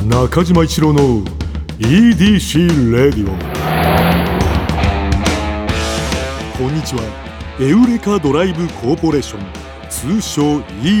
中島一郎の EDC レディオ。こんにちは。エウレカドライブコーポレーション、通称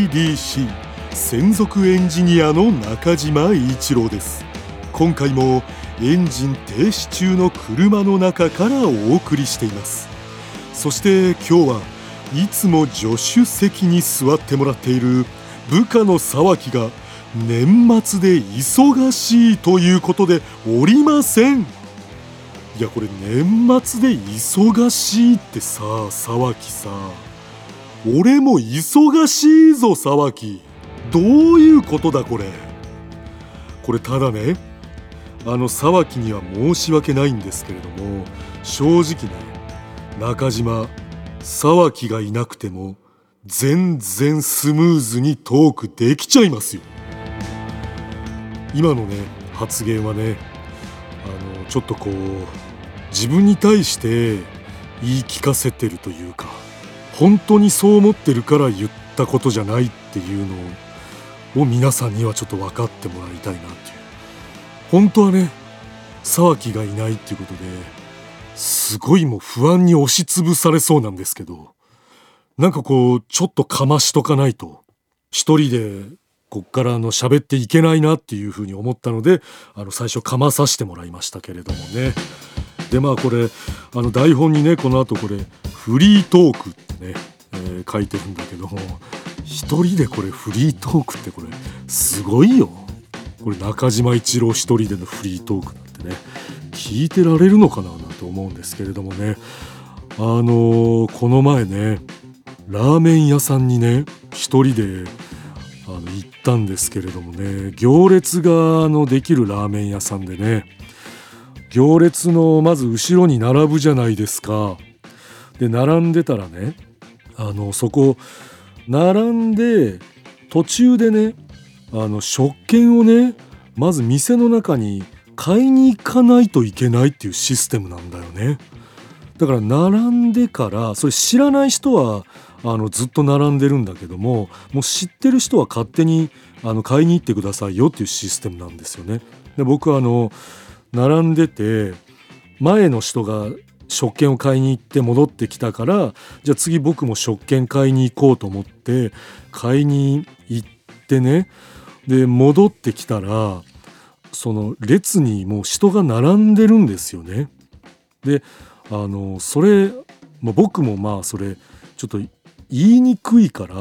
EDC 専属エンジニアの中島一郎です。今回もエンジン停止中の車の中からお送りしています。そして今日はいつも助手席に座ってもらっている部下の沢木が年末で忙しいということでおりません。いやこれ年末で忙しいってさ、沢木さ、俺も忙しいぞ沢木。どういうことだこれ。これただね、沢木には申し訳ないんですけれども、正直ね、中島、沢木がいなくても全然スムーズにトークできちゃいますよ。今のね発言はね、ちょっとこう自分に対して言い聞かせてるというか、本当にそう思ってるから言ったことじゃないっていうのを皆さんにはちょっと分かってもらいたいなっていう。本当はね、沢木がいないっていうことですごいもう不安に押しつぶされそうなんですけど、なんかこうちょっとかましとかないと一人でこっから喋っていけないなっていうふうに思ったので、最初かまさせてもらいましたけれどもね。でまあこれ台本にね、この後これフリートークってね、書いてるんだけども、一人でこれフリートークってこれすごいよ。これ中島一郎一人でのフリートークなんてね、聞いてられるのかななんて思うんですけれどもね。この前ねラーメン屋さんにね一人で行ったんですけれどもね、行列ができるラーメン屋さんでね、行列のまず後ろに並ぶじゃないですか。で並んでたらね、そこ並んで途中でね、食券をねまず店の中に買いに行かないといけないっていうシステムなんだよね。だから並んでから、それ知らない人はずっと並んでるんだけども、もう知ってる人は勝手に買いに行ってくださいよっていうシステムなんですよね。で僕は並んでて、前の人が食券を買いに行って戻ってきたから、じゃあ次僕も食券買いに行こうと思って買いに行ってね、で戻ってきたらその列にもう人が並んでるんですよね。でそれ、僕もそれちょっと言いにくいから、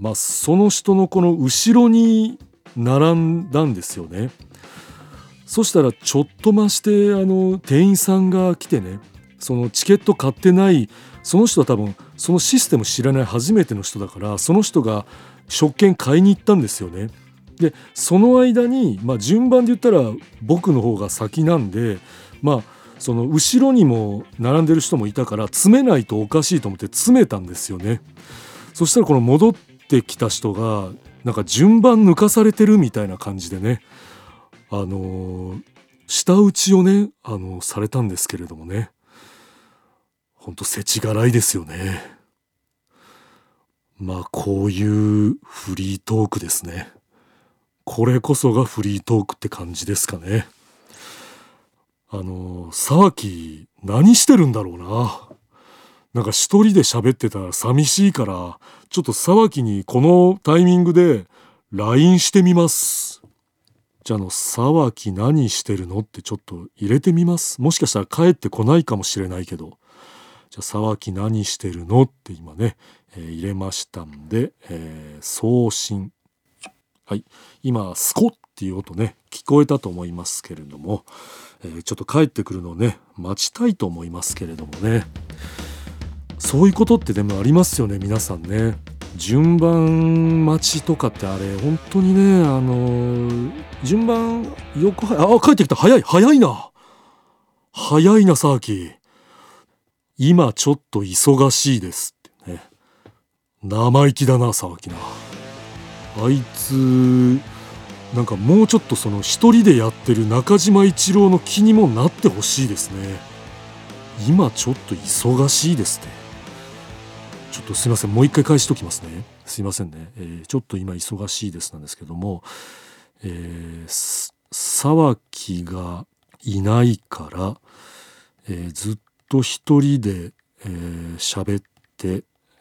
その人のこの後ろに並んだんですよね。そしたらちょっと増して店員さんが来てね、そのチケット買ってないその人は多分そのシステム知らない初めての人だから、その人が食券買いに行ったんですよね。でその間に、順番で言ったら僕の方が先なんで、その後ろにも並んでる人もいたから詰めないとおかしいと思って詰めたんですよね。そしたらこの戻ってきた人がなんか順番抜かされてるみたいな感じでね、舌打ちをねされたんですけれどもね、ほんと世知辛いですよね。こういうフリートークですね。これこそがフリートークって感じですかね。沢木何してるんだろうな。なんか一人で喋ってたら寂しいから、ちょっと沢木にこのタイミングで LINE してみます。じゃあ沢木何してるのってちょっと入れてみます。もしかしたら帰ってこないかもしれないけど、じゃあ沢木何してるのって今ね、入れましたんで、送信。はい、今スコッっていう音ね聞こえたと思いますけれども、ちょっと帰ってくるのをね待ちたいと思いますけれどもね。そういうことってでもありますよね皆さんね。順番待ちとかってあれ本当にね、順番横帰ってきた。早いな沢木。今ちょっと忙しいですってね。生意気だな沢木な。あいつなんかもうちょっとその一人でやってる中島一郎の気にもなってほしいですね。今ちょっと忙しいですって。ちょっとすいません、もう一回返しときますね。すいませんね、ちょっと今忙しいですなんですけども、沢沢木がいないから、ずっと一人で喋って、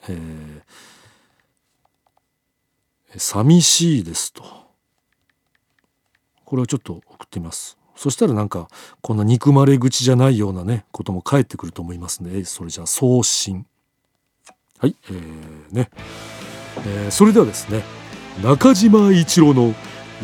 寂しいですと。これをちょっと送ってみます。そしたらなんかこんな憎まれ口じゃないようなねことも返ってくると思いますね。それじゃあ送信。はい、それではですね、中島一郎の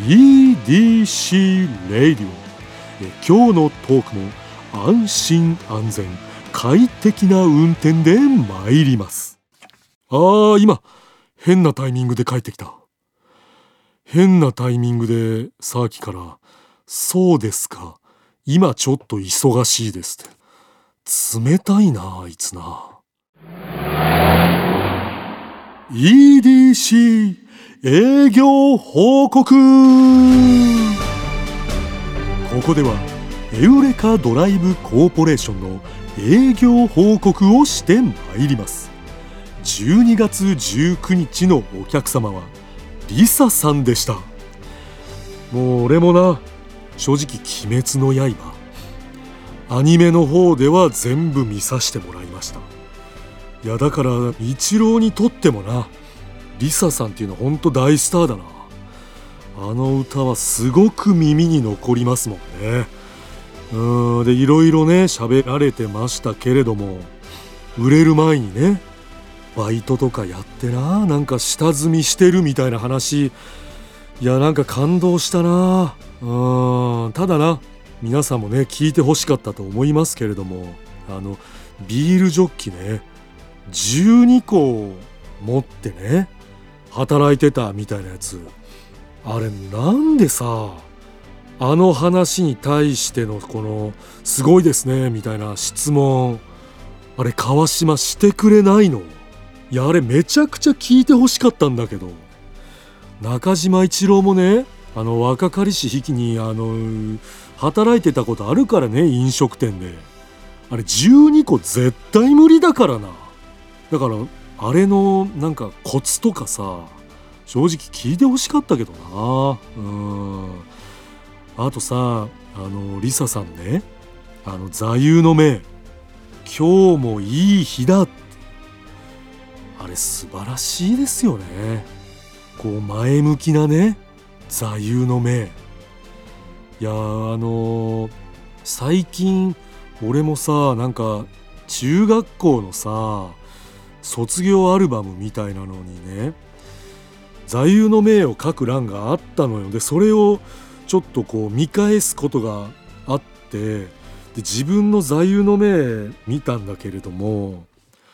EDC レディオ、今日のトークも安心安全快適な運転で参ります。今変なタイミングで帰ってきた。変なタイミングでさっきからそうですか、今ちょっと忙しいですって冷たいなあいつな。EDC 営業報告。ここではエウレカドライブコーポレーションの営業報告をしてまいります。12月19日のお客様はリサさんでした。もう俺もな、正直鬼滅の刃アニメの方では全部見させてもらいました。いやだから一郎にとってもな、リサさんっていうのは本当大スターだな。あの歌はすごく耳に残りますもんね。でいろいろね喋られてましたけれども、売れる前にねバイトとかやってな、なんか下積みしてるみたいな話、いやなんか感動したな。ただな、皆さんもね聞いてほしかったと思いますけれども、ビールジョッキね12個持ってね働いてたみたいなやつ、あれなんでさ、あの話に対してのこのすごいですねみたいな質問、あれ川島してくれないの？いやあれめちゃくちゃ聞いてほしかったんだけど、中島一郎もね若かりし日記に働いてたことあるからね、飲食店で。あれ12個絶対無理だからな。だからあれのなんかコツとかさ、正直聞いてほしかったけどな。あとさ、リサさんね、座右の銘今日もいい日だって、あれ素晴らしいですよね。こう前向きなね座右の銘。いや最近俺もさ、なんか中学校のさ卒業アルバムみたいなのにね座右の銘を書く欄があったのよ。でそれをちょっとこう見返すことがあって、で自分の座右の銘見たんだけれども、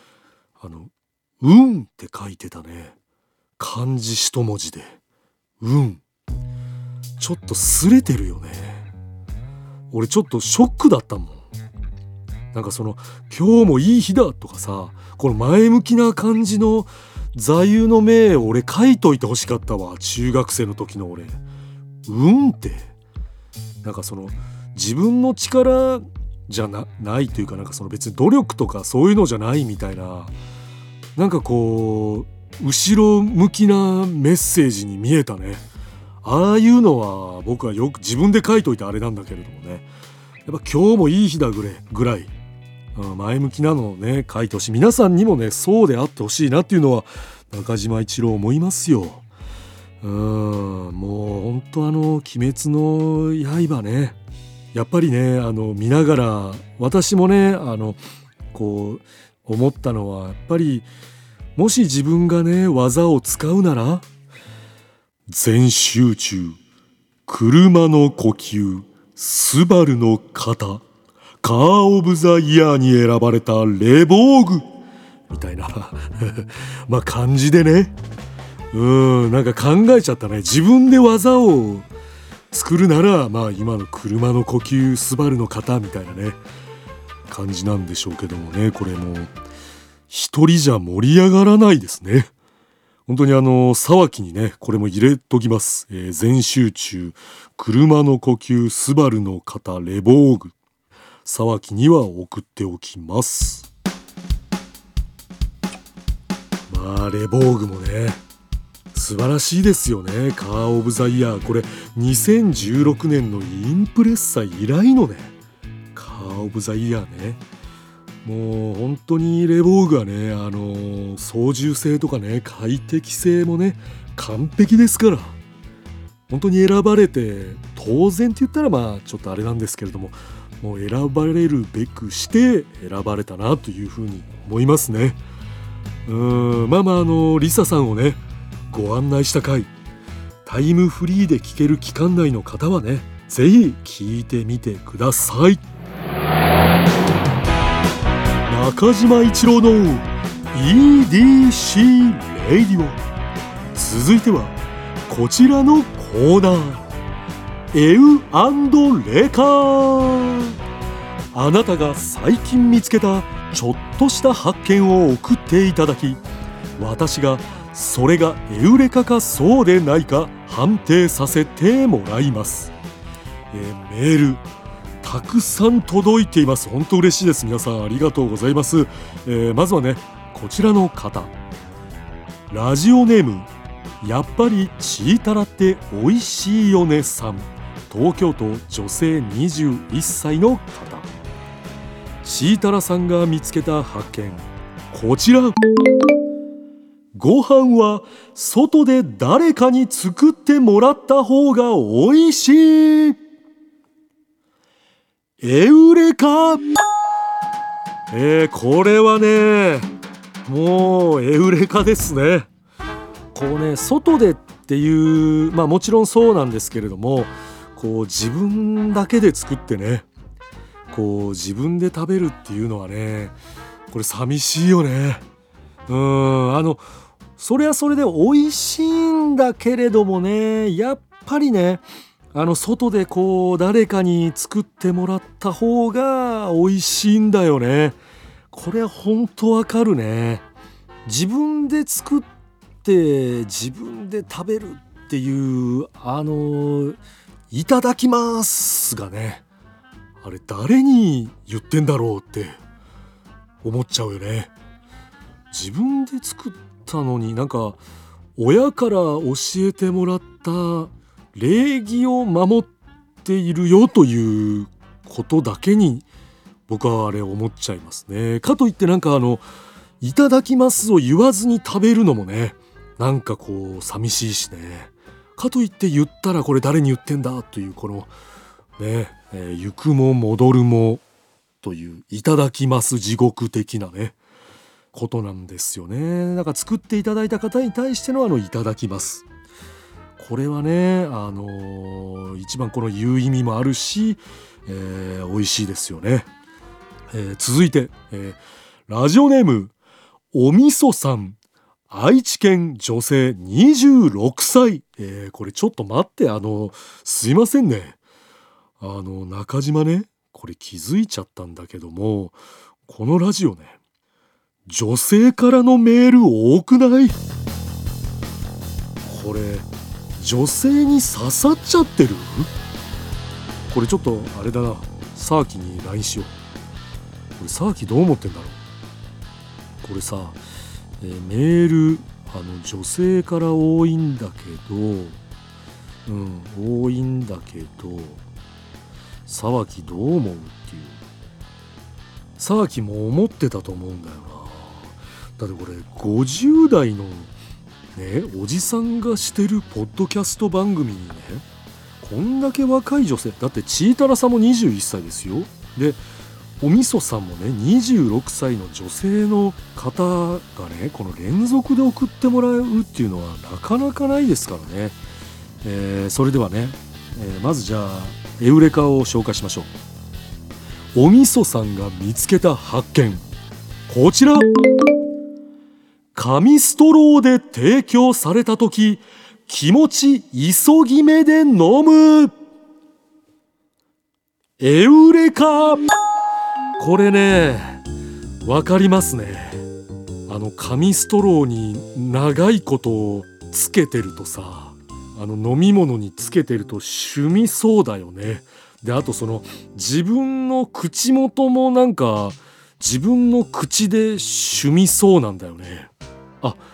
運って書いてたね。漢字一文字で運。ちょっと擦れてるよね。俺ちょっとショックだったもん。なんかその今日もいい日だとかさ、この前向きな感じの座右の銘を俺書いといてほしかったわ。中学生の時の俺。運ってなんかその自分の力じゃないというか、なんかその別に努力とかそういうのじゃないみたいな、なんかこう後ろ向きなメッセージに見えたね。ああいうのは僕はよく自分で書いといてあれなんだけれどもね、やっぱ今日もいい日だぐらい、前向きなのをね書いてほしい。皆さんにもねそうであってほしいなっていうのは中島一郎思いますよ。もう本当鬼滅の刃ね、やっぱりね見ながら私もねこう思ったのは、やっぱりもし自分がね技を使うなら全集中、車の呼吸、スバルの型、カーオブザイヤーに選ばれたレボーグみたいなまあ感じでね、なんか考えちゃったね。自分で技を作るならまあ今の車の呼吸、スバルの型みたいなね感じなんでしょうけどもね、これもう一人じゃ盛り上がらないですね。本当に沢木にねこれも入れときます。全集中、車の呼吸、スバルの型、レボーグ、沢木には送っておきます。まあレボーグもね素晴らしいですよね。カー・オブ・ザ・イヤー、これ2016年のインプレッサ以来のねカー・オブ・ザ・イヤーね。もう本当にレボーグはね、操縦性とかね快適性もね完璧ですから、本当に選ばれて当然って言ったらちょっとあれなんですけれども、もう選ばれるべくして選ばれたなというふうに思いますね。リサさんをねご案内した回、タイムフリーで聞ける期間内の方はねぜひ聞いてみてください。中島一郎の EDC レイディオ、続いてはこちらのコーナー、エウ&レカー。あなたが最近見つけたちょっとした発見を送っていただき、私がそれがエウレカかそうでないか判定させてもらいます。メールたくさん届いています。本当嬉しいです。皆さんありがとうございます。まずはねこちらの方、ラジオネームやっぱりチータラって美味しいよねさん、東京都女性21歳の方。チータラさんが見つけた発見、こちら。ご飯は外で誰かに作ってもらった方が美味しい。エウレカ。これはねもうエウレカですね。こうね外でっていうもちろんそうなんですけれども、こう自分だけで作ってねこう自分で食べるっていうのはね、これ寂しいよね。それはそれで美味しいんだけれどもね、やっぱりね外でこう誰かに作ってもらった方が美味しいんだよね。これは本当わかるね。自分で作って自分で食べるっていういただきますがね、あれ誰に言ってんだろうって思っちゃうよね。自分で作ったのに親から教えてもらった礼儀を守っているよということだけに僕はあれ思っちゃいますね。かといっていただきますを言わずに食べるのもねこう寂しいしね。かといって言ったらこれ誰に言ってんだというこのね、行くも戻るもといういただきます地獄的なねことなんですよね。作っていただいた方に対してのいただきます、これはね一番この言う意味もあるし、美味しいですよね。続いて、ラジオネームおみそさん、愛知県女性26歳。これちょっと待って、すいませんね。中島ね、これ気づいちゃったんだけども、このラジオね、女性からのメール多くない？これ、女性に刺さっちゃってる？これちょっとあれだな、サーキに LINE しよう。これサーキどう思ってんだろう。これさ、メール女性から多いんだけど、多いんだけど沢木どう思うっていう、沢木も思ってたと思うんだよな。だってこれ50代のねおじさんがしてるポッドキャスト番組にねこんだけ若い女性、だってチータラさんも21歳ですよ。でおみそさんもね26歳の女性の方がねこの連続で送ってもらうっていうのはなかなかないですからね。それではね、まずじゃあエウレカを紹介しましょう。おみそさんが見つけた発見、こちら。紙ストローで提供された時気持ち急ぎ目で飲むエウレカ。これねわかりますね。紙ストローに長いことをつけてるとさ、飲み物につけてると染みそうだよね。であとその自分の口元も自分の口で染みそうなんだよね。あ、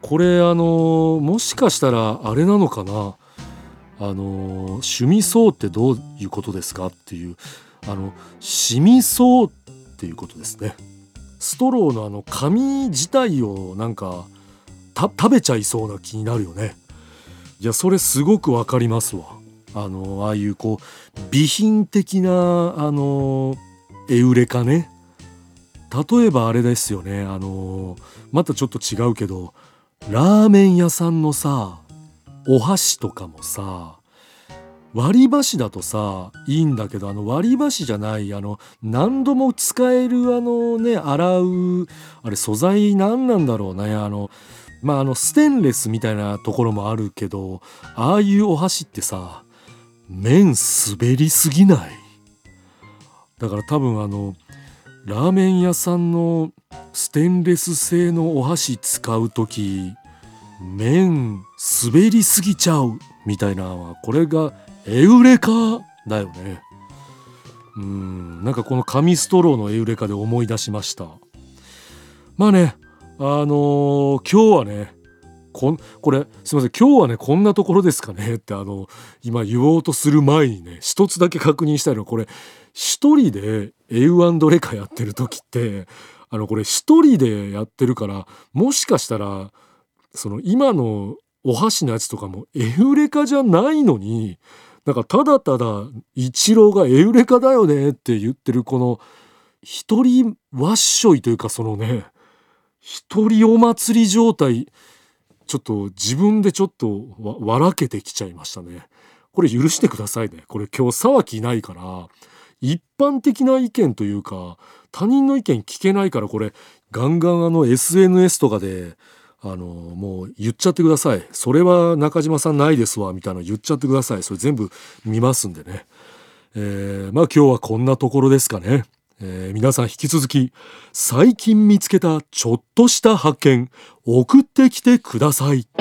これもしかしたらあれなのかな、趣味そうってどういうことですかっていう、染みそうっていうことですね。ストローの紙自体をなんか食べちゃいそうな気になるよね。いや、それすごくわかりますわ。ああいうこう備品的なエウレカね。例えばあれですよね、またちょっと違うけど、ラーメン屋さんのさ、お箸とかもさ、割り箸だとさいいんだけど、割り箸じゃない、何度も使える洗うあれ素材何なんだろうね。ステンレスみたいなところもあるけど、ああいうお箸ってさ、麺滑りすぎない？だから多分ラーメン屋さんのステンレス製のお箸使うとき、麺滑りすぎちゃうみたいなのは、これがエウレカだよね。なんかこの紙ストローのエウレカで思い出しました。まあね、今日はね、これすいません、今日はねこんなところですかねって今言おうとする前にね、一つだけ確認したいのは、これ一人でエウ&レカやってる時って、これ一人でやってるから、もしかしたらその今のお箸のやつとかもエウレカじゃないのに、なんかただただイチローがエウレカだよねって言ってる、この一人わっしょいというか、そのね、一人お祭り状態、ちょっと自分でちょっと笑けてきちゃいましたね。これ許してくださいね。これ今日沢木いないから、一般的な意見というか他人の意見聞けないから、これガンガンSNS とかでもう言っちゃってください。それは中島さんないですわみたいなの言っちゃってください。それ全部見ますんでね。今日はこんなところですかね。皆さん引き続き最近見つけたちょっとした発見送ってきてください。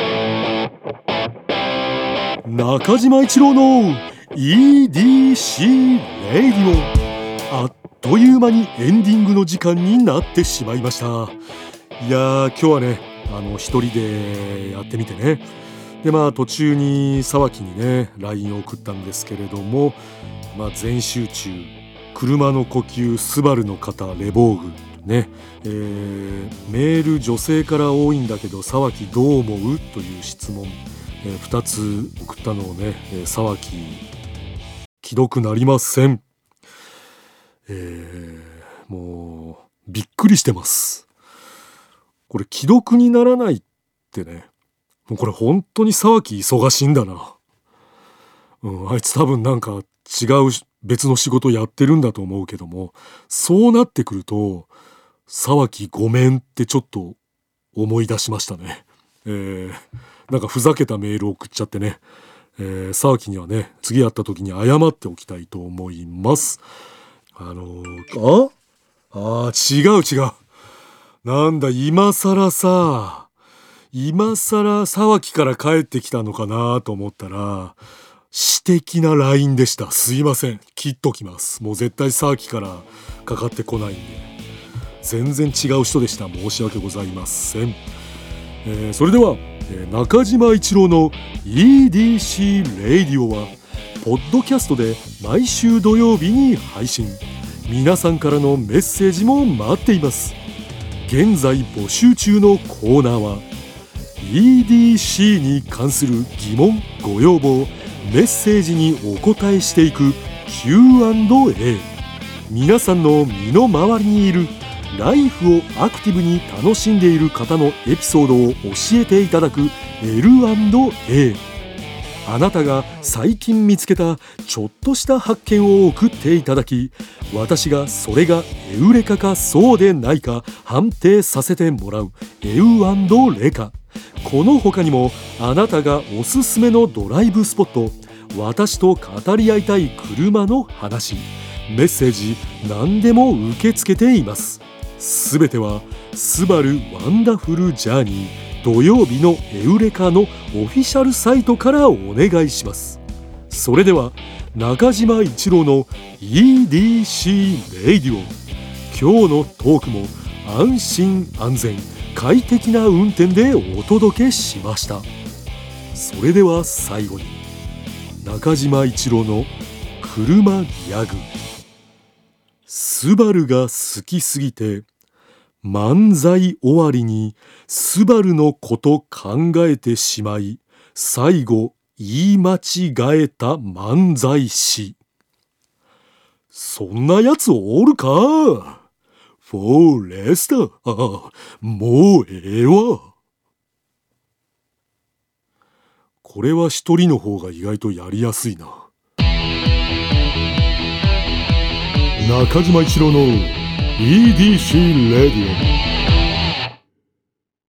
中島一郎の EDC レイディオ、あっという間にエンディングの時間になってしまいました。いや今日はね一人でやってみてね、で途中に沢木にね LINE を送ったんですけれども、全集中車の呼吸スバルの方レボーグね、メール女性から多いんだけど沢木どう思うという質問、2つ送ったのをね、沢木既読なりません。もうびっくりしてます。これ既読にならないってね、もうこれ本当に沢木忙しいんだな。あいつ多分なんか違う別の仕事やってるんだと思うけども、そうなってくると沢木ごめんってちょっと思い出しましたね。なんかふざけたメールを送っちゃってね、沢木にはね次会った時に謝っておきたいと思います。違う、なんだ今更沢木から帰ってきたのかなと思ったら私的な LINE でした。すいません、切っときます。もう絶対沢木からかかってこないんで、全然違う人でした。申し訳ございません。それでは、中島一郎の EDC レイディオはポッドキャストで毎週土曜日に配信。皆さんからのメッセージも待っています。現在募集中のコーナーは EDC に関する疑問ご要望メッセージにお答えしていく Q&A。 皆さんの身の回りにいるライフをアクティブに楽しんでいる方のエピソードを教えていただく L&A。 あなたが最近見つけたちょっとした発見を送っていただき、私がそれがエウレカかそうでないか判定させてもらうエウ&レカ。この他にもあなたがおすすめのドライブスポット、私と語り合いたい車の話、メッセージ何でも受け付けています。すべてはスバルワンダフルジャーニー土曜日のエウレカのオフィシャルサイトからお願いします。それでは中島一郎の EDC レイディオ、今日のトークも安心安全快適な運転でお届けしました。それでは最後に中島一郎の車ギャグ。スバルが好きすぎて漫才終わりにスバルのこと考えてしまい、最後言い間違えた漫才師。そんなやつおるか。フォレスター、もうええわ。これは一人の方が意外とやりやすいな。中島一郎の EDC レディオ。